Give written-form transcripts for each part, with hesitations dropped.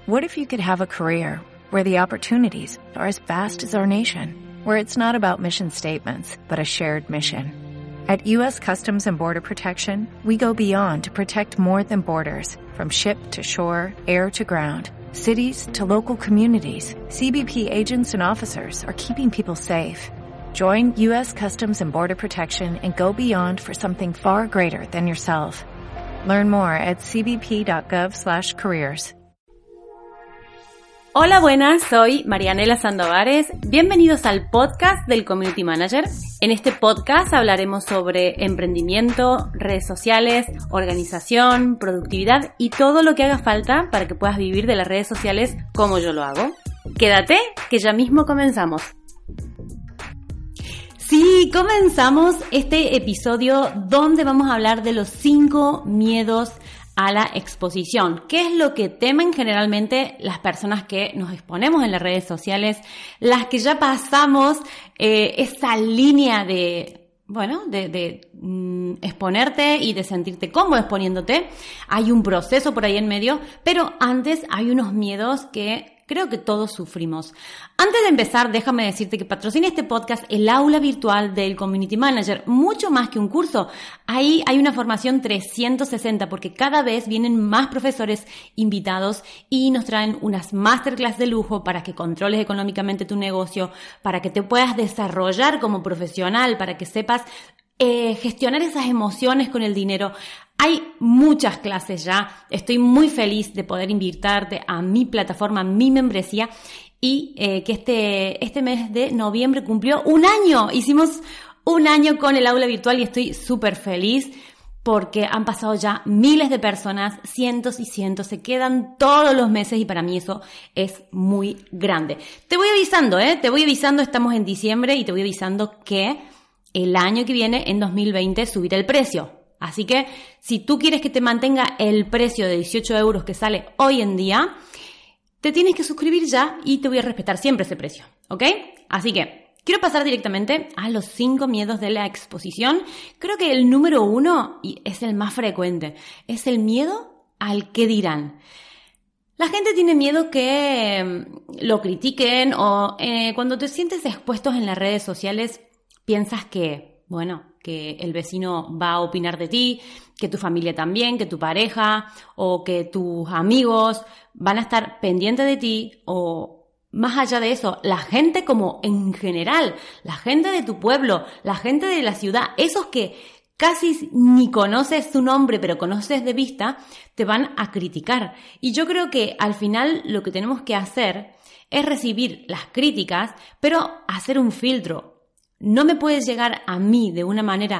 What if you could have a career where the opportunities are as vast as our nation, where it's not about mission statements, but a shared mission? At U.S. Customs and Border Protection, we go beyond to protect more than borders, from ship to shore, air to ground, cities to local communities. CBP agents and officers are keeping people safe. Join U.S. Customs and Border Protection and go beyond for something far greater than yourself. Learn more at cbp.gov/careers. Hola, buenas, soy Marianela Sandovares. Bienvenidos al podcast del Community Manager. En este podcast hablaremos sobre emprendimiento, redes sociales, organización, productividad y todo lo que haga falta para que puedas vivir de las redes sociales como yo lo hago. Quédate, que ya mismo comenzamos. Sí, comenzamos este episodio donde vamos a hablar de los 5 miedos a la exposición. ¿Qué es lo que temen generalmente las personas que nos exponemos en las redes sociales? Las que ya pasamos esa línea de exponerte y de sentirte cómodo exponiéndote. Hay un proceso por ahí en medio, pero antes hay unos miedos que creo que todos sufrimos. Antes de empezar, déjame decirte que patrocina este podcast el aula virtual del Community Manager, mucho más que un curso. Ahí hay una formación 360 porque cada vez vienen más profesores invitados y nos traen unas masterclass de lujo para que controles económicamente tu negocio, para que te puedas desarrollar como profesional, para que sepas gestionar esas emociones con el dinero. Hay muchas clases ya. Estoy muy feliz de poder invitarte a mi plataforma, mi membresía, y que este mes de noviembre cumplió 1 año. Hicimos 1 año con el aula virtual y estoy súper feliz porque han pasado ya miles de personas, cientos y cientos, se quedan todos los meses y para mí eso es muy grande. Te voy avisando, estamos en diciembre y te voy avisando que el año que viene, en 2020, subirá el precio. Así que, si tú quieres que te mantenga el precio de 18 euros que sale hoy en día, te tienes que suscribir ya y te voy a respetar siempre ese precio, ¿ok? Así que, quiero pasar directamente a los 5 miedos de la exposición. Creo que el número 1, y es el más frecuente, es el miedo al qué dirán. La gente tiene miedo que lo critiquen o cuando te sientes expuestos en las redes sociales, piensas que el vecino va a opinar de ti, que tu familia también, que tu pareja o que tus amigos van a estar pendientes de ti o más allá de eso, la gente como en general, la gente de tu pueblo, la gente de la ciudad, esos que casi ni conoces su nombre pero conoces de vista, te van a criticar. Y yo creo que al final lo que tenemos que hacer es recibir las críticas, pero hacer un filtro. No me puedes llegar a mí de una manera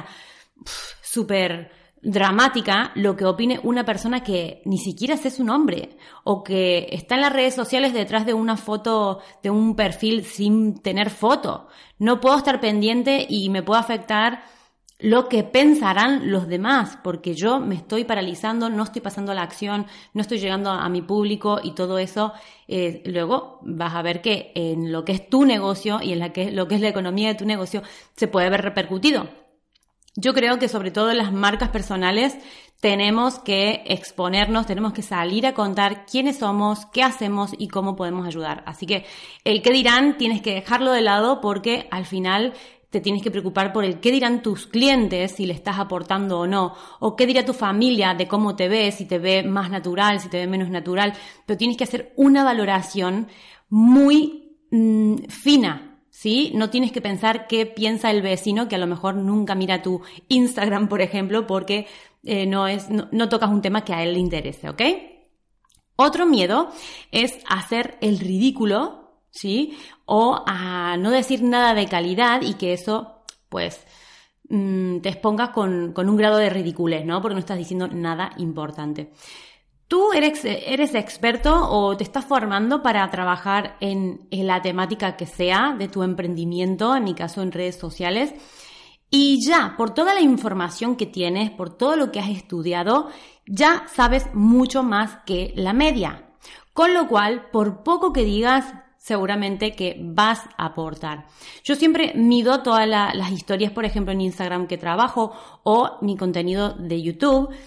súper dramática lo que opine una persona que ni siquiera sé su nombre o que está en las redes sociales detrás de una foto, de un perfil sin tener foto. No puedo estar pendiente y me puede afectar lo que pensarán los demás, porque yo me estoy paralizando, no estoy pasando a la acción, no estoy llegando a mi público y todo eso. Luego vas a ver que en lo que es tu negocio y en lo que es la economía de tu negocio se puede ver repercutido. Yo creo que sobre todo en las marcas personales tenemos que exponernos, tenemos que salir a contar quiénes somos, qué hacemos y cómo podemos ayudar. Así que el qué dirán tienes que dejarlo de lado porque al final te tienes que preocupar por el qué dirán tus clientes, si le estás aportando o no, o qué dirá tu familia de cómo te ves, si te ve más natural, si te ve menos natural, pero tienes que hacer una valoración muy fina, ¿sí? No tienes que pensar qué piensa el vecino, que a lo mejor nunca mira tu Instagram, por ejemplo, porque no tocas un tema que a él le interese, ¿ok? Otro miedo es hacer el ridículo, ¿sí? O a no decir nada de calidad y que eso, pues, te expongas con un grado de ridiculez, ¿no? Porque no estás diciendo nada importante. ¿Tú eres experto o te estás formando para trabajar en la temática que sea de tu emprendimiento, en mi caso en redes sociales? Y ya, por toda la información que tienes, por todo lo que has estudiado, ya sabes mucho más que la media. Con lo cual, por poco que digas, seguramente que vas a aportar. Yo siempre mido todas las historias, por ejemplo, en Instagram que trabajo o mi contenido de YouTube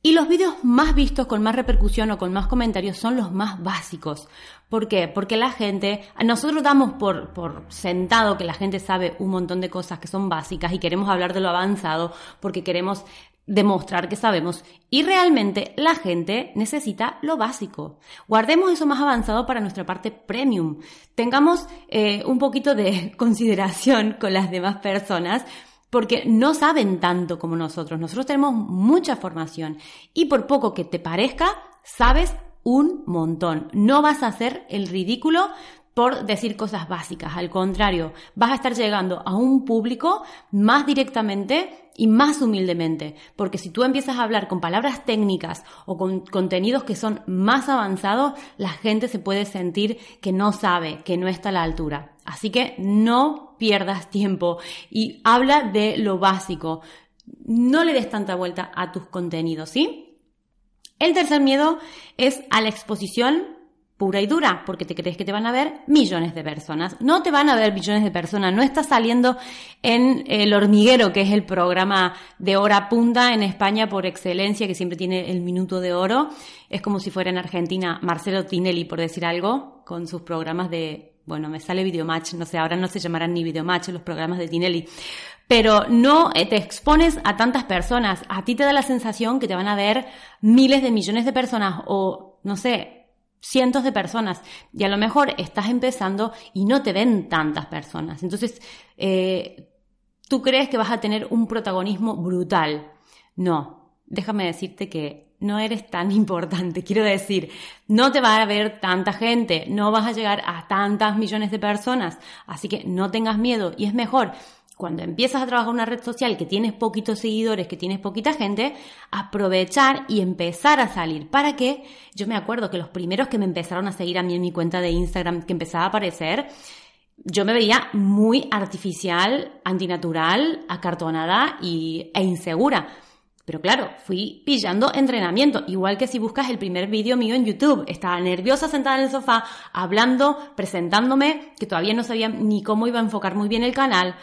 Y los vídeos más vistos, con más repercusión o con más comentarios, son los más básicos. ¿Por qué? Porque nosotros damos por sentado que la gente sabe un montón de cosas que son básicas y queremos hablar de lo avanzado porque queremos demostrar que sabemos. Y realmente la gente necesita lo básico. Guardemos eso más avanzado para nuestra parte premium. Tengamos un poquito de consideración con las demás personas, porque no saben tanto como nosotros. Nosotros tenemos mucha formación y por poco que te parezca, sabes un montón. No vas a hacer el ridículo por decir cosas básicas. Al contrario, vas a estar llegando a un público más directamente y más humildemente. Porque si tú empiezas a hablar con palabras técnicas o con contenidos que son más avanzados, la gente se puede sentir que no sabe, que no está a la altura. Así que no pierdas tiempo y habla de lo básico. No le des tanta vuelta a tus contenidos, ¿sí? El tercer miedo es a la exposición pura y dura, porque te crees que te van a ver millones de personas. No te van a ver millones de personas. No estás saliendo en El Hormiguero, que es el programa de hora punta en España por excelencia, que siempre tiene el minuto de oro. Es como si fuera en Argentina Marcelo Tinelli, por decir algo, con sus programas me sale Videomatch, no sé, ahora no se llamarán ni Videomatch los programas de Tinelli. Pero no te expones a tantas personas. A ti te da la sensación que te van a ver miles de millones de personas o, no sé, cientos de personas. Y a lo mejor estás empezando y no te ven tantas personas. Entonces, tú crees que vas a tener un protagonismo brutal. No, déjame decirte que no eres tan importante. Quiero decir, no te va a ver tanta gente, no vas a llegar a tantas millones de personas. Así que no tengas miedo y es mejor cuando empiezas a trabajar una red social que tienes poquitos seguidores, que tienes poquita gente, aprovechar y empezar a salir. ¿Para qué? Yo me acuerdo que los primeros que me empezaron a seguir a mí en mi cuenta de Instagram, que empezaba a aparecer, yo me veía muy artificial, antinatural, acartonada e insegura. Pero claro, fui pillando entrenamiento, igual que si buscas el primer vídeo mío en YouTube. Estaba nerviosa sentada en el sofá, hablando, presentándome, que todavía no sabía ni cómo iba a enfocar muy bien el canal.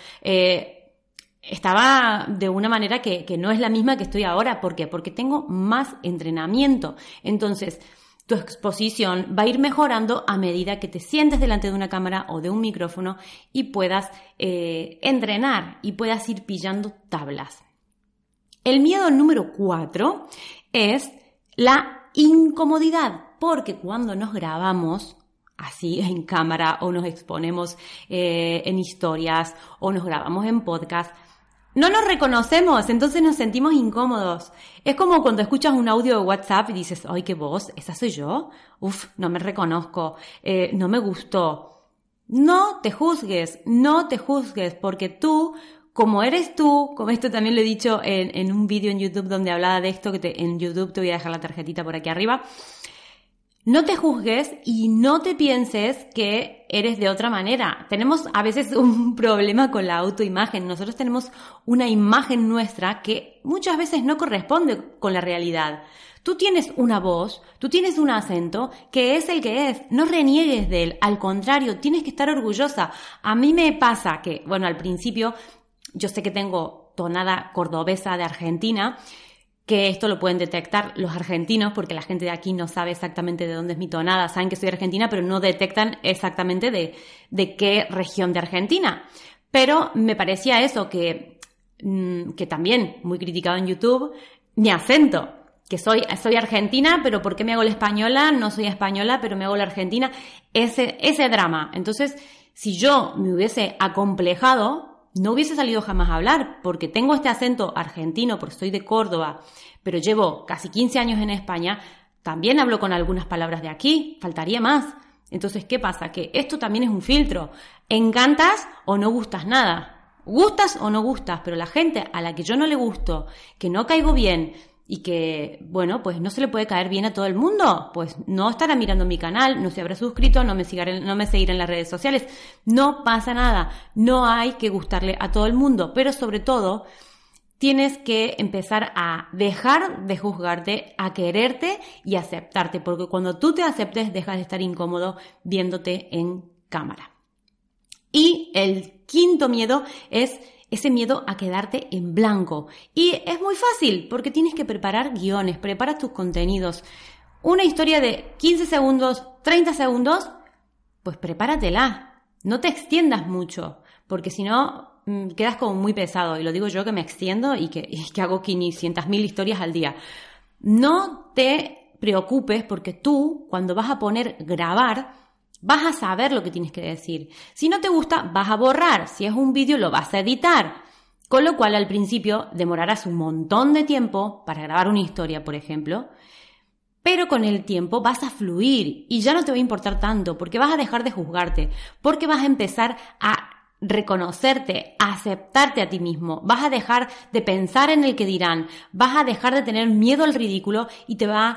Estaba de una manera que no es la misma que estoy ahora. ¿Por qué? Porque tengo más entrenamiento. Entonces, tu exposición va a ir mejorando a medida que te sientes delante de una cámara o de un micrófono y puedas entrenar y puedas ir pillando tablas. El miedo número 4 es la incomodidad, porque cuando nos grabamos así en cámara o nos exponemos en historias o nos grabamos en podcast, no nos reconocemos, entonces nos sentimos incómodos. Es como cuando escuchas un audio de WhatsApp y dices, ¡ay, qué voz! ¿Esa soy yo? Uf, no me reconozco, no me gustó. No te juzgues, porque tú, como eres tú, como esto también lo he dicho en un vídeo en YouTube donde hablaba de esto, en YouTube te voy a dejar la tarjetita por aquí arriba, no te juzgues y no te pienses que eres de otra manera. Tenemos a veces un problema con la autoimagen. Nosotros tenemos una imagen nuestra que muchas veces no corresponde con la realidad. Tú tienes una voz, tú tienes un acento que es el que es. No reniegues de él. Al contrario, tienes que estar orgullosa. A mí me pasa que, al principio yo sé que tengo tonada cordobesa de Argentina, que esto lo pueden detectar los argentinos porque la gente de aquí no sabe exactamente de dónde es mi tonada. Saben que soy argentina, pero no detectan exactamente de qué región de Argentina. Pero me parecía eso, que también, muy criticado en YouTube, mi acento, que soy argentina, pero ¿por qué me hago la española? No soy española, pero me hago la argentina. Ese drama. Entonces, si yo me hubiese acomplejado, no hubiese salido jamás a hablar, porque tengo este acento argentino, porque soy de Córdoba, pero llevo casi 15 años en España, también hablo con algunas palabras de aquí, faltaría más. Entonces, ¿qué pasa? Que esto también es un filtro. Encantas o no gustas nada. Gustas o no gustas, pero la gente a la que yo no le gusto, que no caigo bien y que, pues no se le puede caer bien a todo el mundo, pues no estará mirando mi canal, no se habrá suscrito, no me seguirá en las redes sociales. No pasa nada, no hay que gustarle a todo el mundo, pero sobre todo tienes que empezar a dejar de juzgarte, a quererte y aceptarte, porque cuando tú te aceptes dejas de estar incómodo viéndote en cámara. Y el quinto miedo es ese miedo a quedarte en blanco. Y es muy fácil porque tienes que preparar guiones, prepara tus contenidos. Una historia de 15 segundos, 30 segundos, pues prepáratela. No te extiendas mucho, porque si no quedas como muy pesado. Y lo digo yo que me extiendo y que hago 500.000 historias al día. No te preocupes porque tú, cuando vas a poner grabar, vas a saber lo que tienes que decir. Si no te gusta, vas a borrar. Si es un vídeo, lo vas a editar. Con lo cual, al principio, demorarás un montón de tiempo para grabar una historia, por ejemplo. Pero con el tiempo vas a fluir y ya no te va a importar tanto porque vas a dejar de juzgarte, porque vas a empezar a reconocerte, a aceptarte a ti mismo, vas a dejar de pensar en el que dirán, vas a dejar de tener miedo al ridículo y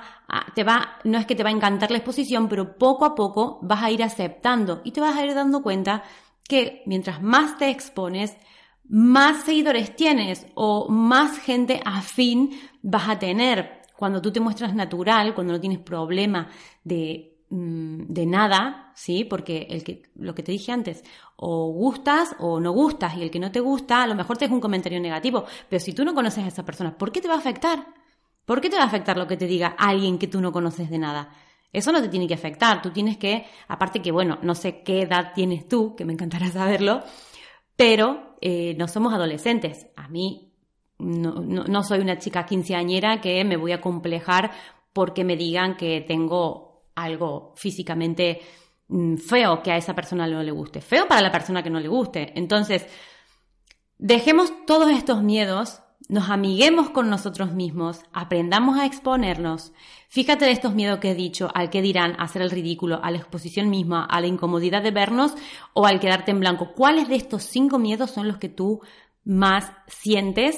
no es que te va a encantar la exposición, pero poco a poco vas a ir aceptando y te vas a ir dando cuenta que mientras más te expones, más seguidores tienes o más gente afín vas a tener. Cuando tú te muestras natural, cuando no tienes problema de nada, ¿sí? Porque lo que te dije antes, o gustas o no gustas, y el que no te gusta, a lo mejor te es un comentario negativo, pero si tú no conoces a esa persona, ¿por qué te va a afectar? ¿Por qué te va a afectar lo que te diga alguien que tú no conoces de nada? Eso no te tiene que afectar, tú tienes que, aparte que bueno, no sé qué edad tienes tú, que me encantará saberlo, pero no somos adolescentes. A mí no soy una chica quinceañera que me voy a complejar porque me digan que tengo algo físicamente feo que a esa persona no le guste. Feo para la persona que no le guste. Entonces, dejemos todos estos miedos, nos amiguemos con nosotros mismos, aprendamos a exponernos. Fíjate de estos miedos que he dicho, al que dirán, a hacer el ridículo, a la exposición misma, a la incomodidad de vernos o al quedarte en blanco. ¿Cuáles de estos 5 miedos son los que tú más sientes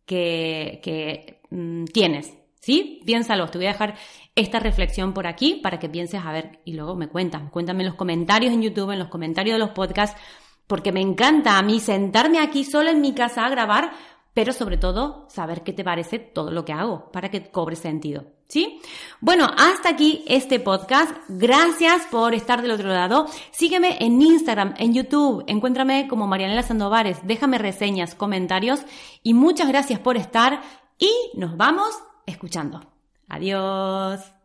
que tienes? ¿Sí? Piénsalo, te voy a dejar esta reflexión por aquí para que pienses a ver y luego cuéntame en los comentarios en YouTube, en los comentarios de los podcasts, porque me encanta a mí sentarme aquí sola en mi casa a grabar, pero sobre todo saber qué te parece todo lo que hago para que cobre sentido, ¿sí? Bueno, hasta aquí este podcast. Gracias por estar del otro lado. Sígueme en Instagram, en YouTube, encuéntrame como Marianela Sandovares, déjame reseñas, comentarios y muchas gracias por estar y nos vamos escuchando. Adiós.